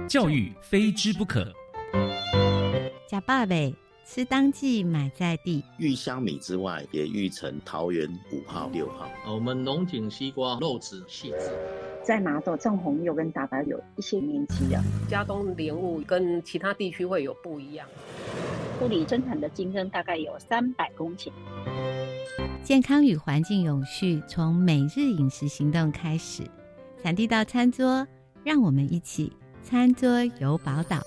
教育非知不可。 假爸呗，吃当季，买在地。 育香米之外，也育成桃园5号、6号。 我们龙井西瓜肉质细致。 在麻豆种红柚跟大白有一些年纪了， 佳冬莲雾跟其他地区会有不一样。 埔里生产的金针大概有300公顷。 健康与环境永续，从每日饮食行动开始，产地到餐桌，让我们一起餐桌游宝岛。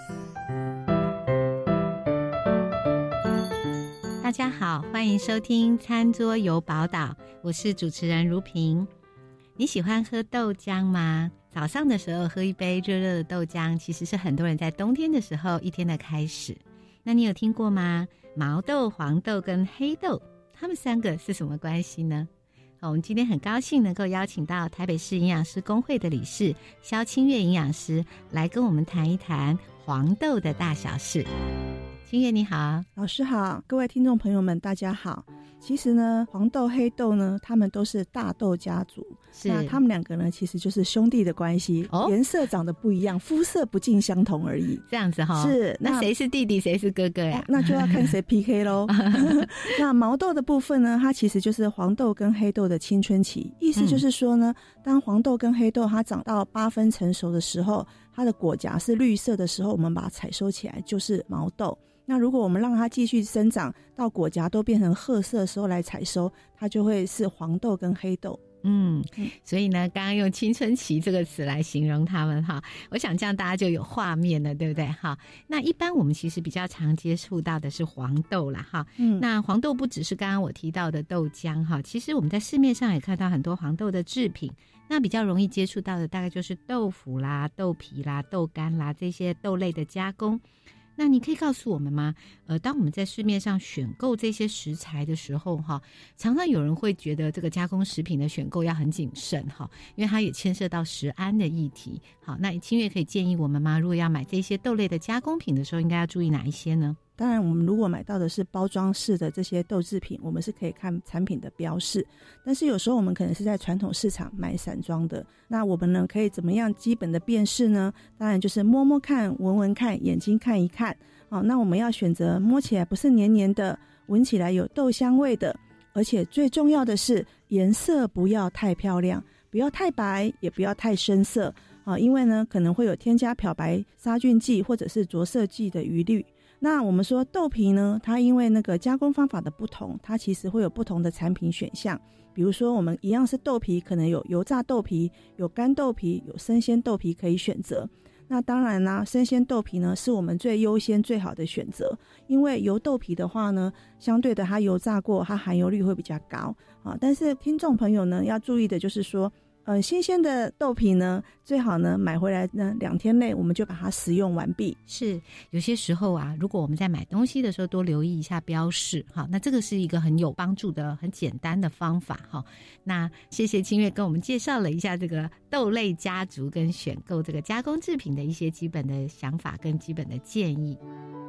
大家好，欢迎收听餐桌游宝岛，我是主持人如萍。你喜欢喝豆浆吗？早上的时候喝一杯热热的豆浆，其实是很多人在冬天的时候一天的开始。那你有听过吗？毛豆、黄豆跟黑豆，它们3个是什么关系呢？我们今天很高兴能够邀请到台北市营养师公会的理事萧清月营养师来跟我们谈一谈黄豆的大小事。清月你好。 老师好，各位听众朋友们大家好。其实呢，黄豆黑豆呢，他们都是大豆家族，那他们2个呢其实就是兄弟的关系，颜色长得不一样，肤色不尽相同而已。 这样子齁。 是。 那谁是弟弟谁是哥哥呀？ 那就要看谁 PK 咯。那毛豆的部分呢，它其实就是黄豆跟黑豆的青春期，意思就是说呢，当黄豆跟黑豆它长到8分成熟的时候，它的果荚是绿色的时候，我们把它采收起来就是毛豆。那如果我们让它继续生长到果荚都变成褐色的时候来采收，它就会是黄豆跟黑豆。 所以呢，刚刚用青春期这个词来形容它们哈，我想这样大家就有画面了，对不对哈？那一般我们其实比较常接触到的是黄豆啦哈。那黄豆不只是刚刚我提到的豆浆哈，其实我们在市面上也看到很多黄豆的制品。那比较容易接触到的大概就是豆腐啦、豆皮啦、豆干啦这些豆类的加工。那你可以告诉我们吗？当我们在市面上选购这些食材的时候哈，常常有人会觉得这个加工食品的选购要很谨慎哈，因为它也牵涉到食安的议题。好，那清月可以建议我们吗？如果要买这些豆类的加工品的时候，应该要注意哪一些呢？ 当然我们如果买到的是包装式的这些豆制品，我们是可以看产品的标示，但是有时候我们可能是在传统市场买散装的，那我们呢可以怎么样基本的辨识呢？当然就是摸摸看、闻闻看、眼睛看一看。那我们要选择摸起来不是黏黏的，闻起来有豆香味的，而且最重要的是颜色不要太漂亮，不要太白也不要太深色，因为呢可能会有添加漂白杀菌剂或者是着色剂的疑虑。那我们说豆皮呢，它因为那个加工方法的不同，它其实会有不同的产品选项。比如说我们一样是豆皮，可能有油炸豆皮、有干豆皮、有生鲜豆皮可以选择。那当然啦，生鲜豆皮呢是我们最优先最好的选择，因为油豆皮的话呢，相对的它油炸过，它含油率会比较高但是听众朋友呢要注意的就是说新鲜的豆皮呢，最好呢买回来呢2天内我们就把它食用完毕。 是，有些时候啊，如果我们在买东西的时候多留意一下标示哈，那这个是一个很有帮助的、很简单的方法哈。那谢谢清月跟我们介绍了一下这个豆类家族跟选购这个加工制品的一些基本的想法跟基本的建议。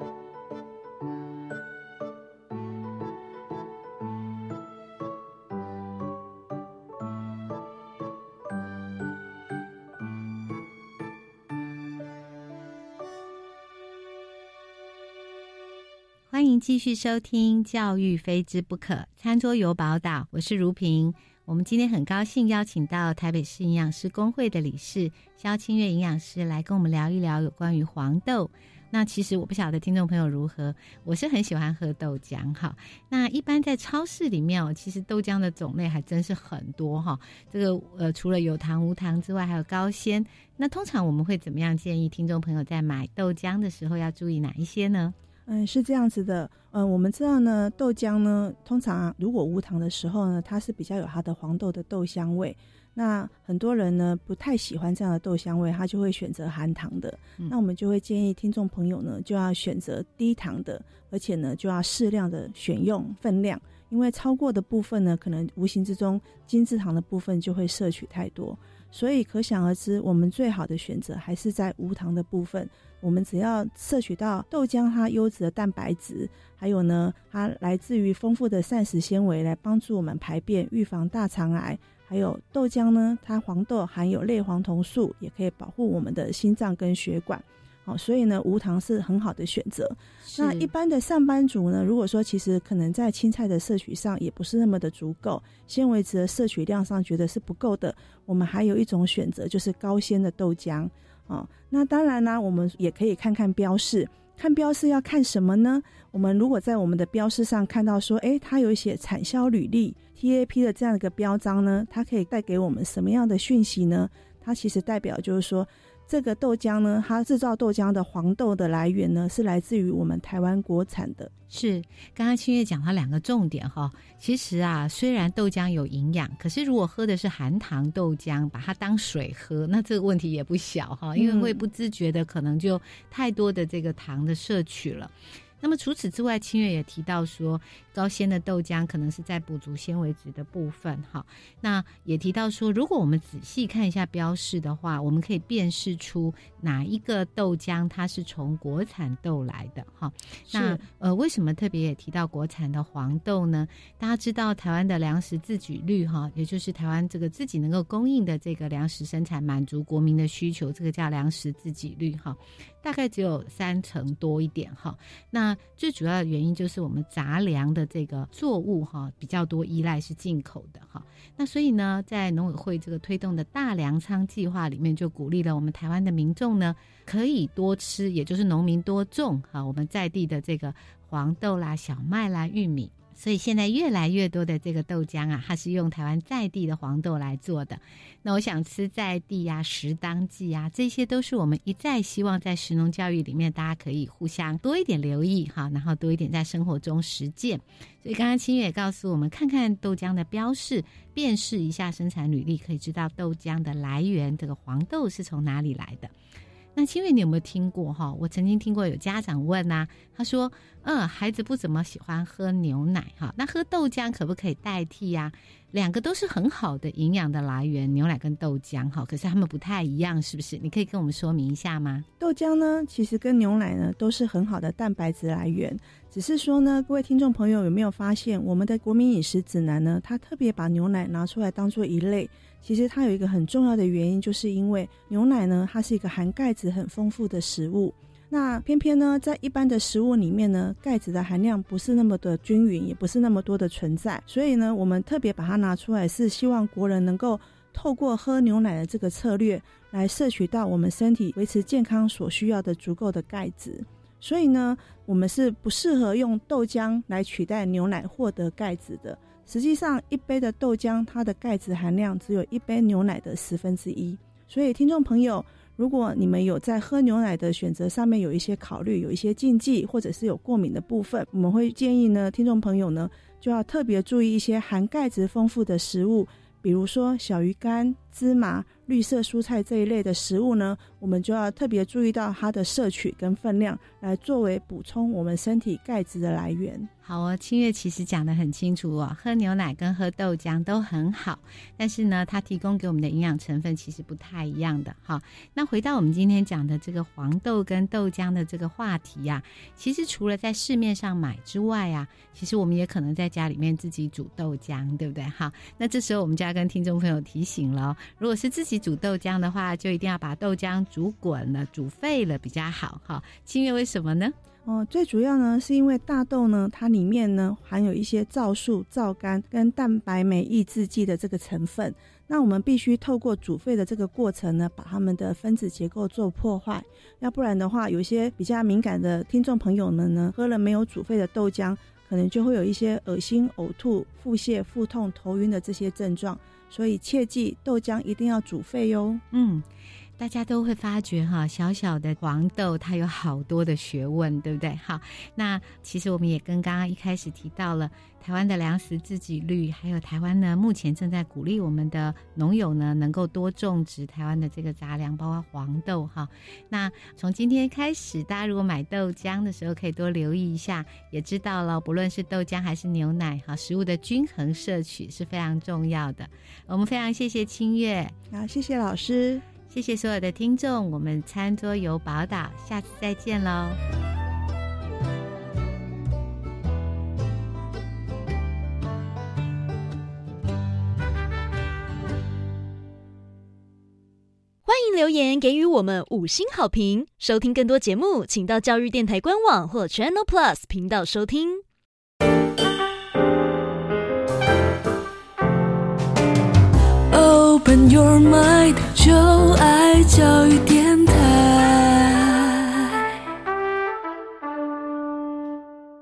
欢迎继续收听教育非知不可，餐桌游宝岛，我是如萍。我们今天很高兴邀请到台北市营养师公会的理事萧清月营养师来跟我们聊一聊有关于黄豆。那其实我不晓得听众朋友如何，我是很喜欢喝豆浆哈。那一般在超市里面其实豆浆的种类还真是很多哈。这个除了有糖无糖之外，还有高纤。那通常我们会怎么样建议听众朋友在买豆浆的时候要注意哪一些呢？ 是这样子的，我们知道呢，豆浆呢，通常如果无糖的时候呢，它是比较有它的黄豆的豆香味。那很多人呢不太喜欢这样的豆香味，他就会选择含糖的。那我们就会建议听众朋友呢，就要选择低糖的，而且呢就要适量的选用分量，因为超过的部分呢，可能无形之中精制糖的部分就会摄取太多。所以可想而知，我们最好的选择还是在无糖的部分。我们只要摄取到豆浆它优质的蛋白质，还有呢它来自于丰富的膳食纤维来帮助我们排便，预防大肠癌， 还有豆浆呢，它黄豆含有类黄酮素，也可以保护我们的心脏跟血管。所以呢，无糖是很好的选择。那一般的上班族呢，如果说其实可能在青菜的摄取上也不是那么的足够，纤维质的摄取量上觉得是不够的，我们还有一种选择就是高纤的豆浆。那当然呢，我们也可以看看标示。看标示要看什么呢？我们如果在我们的标示上看到说，它有写产销履历 TAP 的这样一个标章呢，它可以带给我们什么样的讯息呢？它其实代表就是说，这个豆浆呢，它制造豆浆的黄豆的来源呢，是来自于我们台湾国产的。 是，刚刚清月讲到2个重点哈。其实啊，虽然豆浆有营养，可是如果喝的是含糖豆浆，把它当水喝，那这个问题也不小哈，因为会不自觉的可能就太多的这个糖的摄取了。那么除此之外，清月也提到说，高纤的豆浆可能是在补足纤维质的部分哈。那也提到说，如果我们仔细看一下标示的话，我们可以辨识出哪一个豆浆它是从国产豆来的哈。那为什么特别也提到国产的黄豆呢？大家知道台湾的粮食自给率哈，也就是台湾这个自己能够供应的这个粮食生产，满足国民的需求，这个叫粮食自给率哈，大概只有30%多一点哈。那最主要的原因就是我们杂粮的这个作物哈比较多依赖是进口的哈。那所以呢，在农委会这个推动的大粮仓计划里面，就鼓励了我们台湾的民众呢，可以多吃，也就是农民多种哈我们在地的这个黄豆啦、小麦啦、玉米。所以现在越来越多的这个豆浆啊，它是用台湾在地的黄豆来做的。那我想吃在地啊、食当季啊，这些都是我们一再希望在食农教育里面大家可以互相多一点留意哈，然后多一点在生活中实践。所以刚刚清月也告诉我们，看看豆浆的标示，辨识一下生产履历，可以知道豆浆的来源，这个黄豆是从哪里来的。那清月你有没有听过哈？我曾经听过有家长问啊，他说孩子不怎么喜欢喝牛奶哈，那喝豆浆可不可以代替呀？2个都是很好的营养的来源，牛奶跟豆浆哈，可是它们不太一样，是不是？你可以跟我们说明一下吗？ 豆浆呢，其实跟牛奶呢都是很好的蛋白质来源，只是说呢，各位听众朋友有没有发现，我们的国民饮食指南呢，它特别把牛奶拿出来当做一类。其实它有一个很重要的原因，就是因为牛奶呢，它是一个含钙质很丰富的食物。那偏偏呢，在一般的食物里面呢，钙质的含量不是那么的均匀，也不是那么多的存在。所以呢，我们特别把它拿出来，是希望国人能够透过喝牛奶的这个策略，来摄取到我们身体维持健康所需要的足够的钙质。所以呢，我们是不适合用豆浆来取代牛奶获得钙质的。实际上一杯的豆浆，它的钙质含量只有一杯牛奶的1/10。所以听众朋友，如果你们有在喝牛奶的选择上面有一些考虑，有一些禁忌或者是有过敏的部分，我们会建议呢，听众朋友呢就要特别注意一些含钙质丰富的食物，比如说小鱼干、芝麻、绿色蔬菜这一类的食物呢，我们就要特别注意到它的摄取跟分量，来作为补充我们身体钙质的来源。 好哦，清月其实讲得很清楚哦，喝牛奶跟喝豆浆都很好，但是呢，它提供给我们的营养成分其实不太一样的哈。那回到我们今天讲的这个黄豆跟豆浆的这个话题啊，其实除了在市面上买之外啊，其实我们也可能在家里面自己煮豆浆，对不对？好，那这时候我们就要跟听众朋友提醒了，如果是自己煮豆浆的话，就一定要把豆浆煮滚了、煮沸了比较好哈。清月为什么呢？ 最主要呢是因为大豆呢，它里面呢含有一些皂素、皂苷跟蛋白酶抑制剂的这个成分，那我们必须透过煮沸的这个过程呢，把它们的分子结构做破坏，要不然的话，有一些比较敏感的听众朋友们呢，喝了没有煮沸的豆浆，可能就会有一些恶心、呕吐、腹泻、腹痛、头晕的这些症状，所以切记豆浆一定要煮沸哟。 大家都会发觉哈，小小的黄豆它有好多的学问，对不对？好，那其实我们也跟刚刚一开始提到了台湾的粮食自给率，还有台湾呢目前正在鼓励我们的农友呢能够多种植台湾的这个杂粮，包括黄豆哈。那从今天开始，大家如果买豆浆的时候可以多留意一下，也知道了不论是豆浆还是牛奶哈，食物的均衡摄取是非常重要的。我们非常谢谢清月， 好，谢谢老师。 谢谢所有的听众，我们餐桌游宝岛，下次再见喽。 留言给予我们5星好评。收听更多节目，请到教育电台官网或 Channel Plus 频道收听。 Open your mind， 就爱教育电台。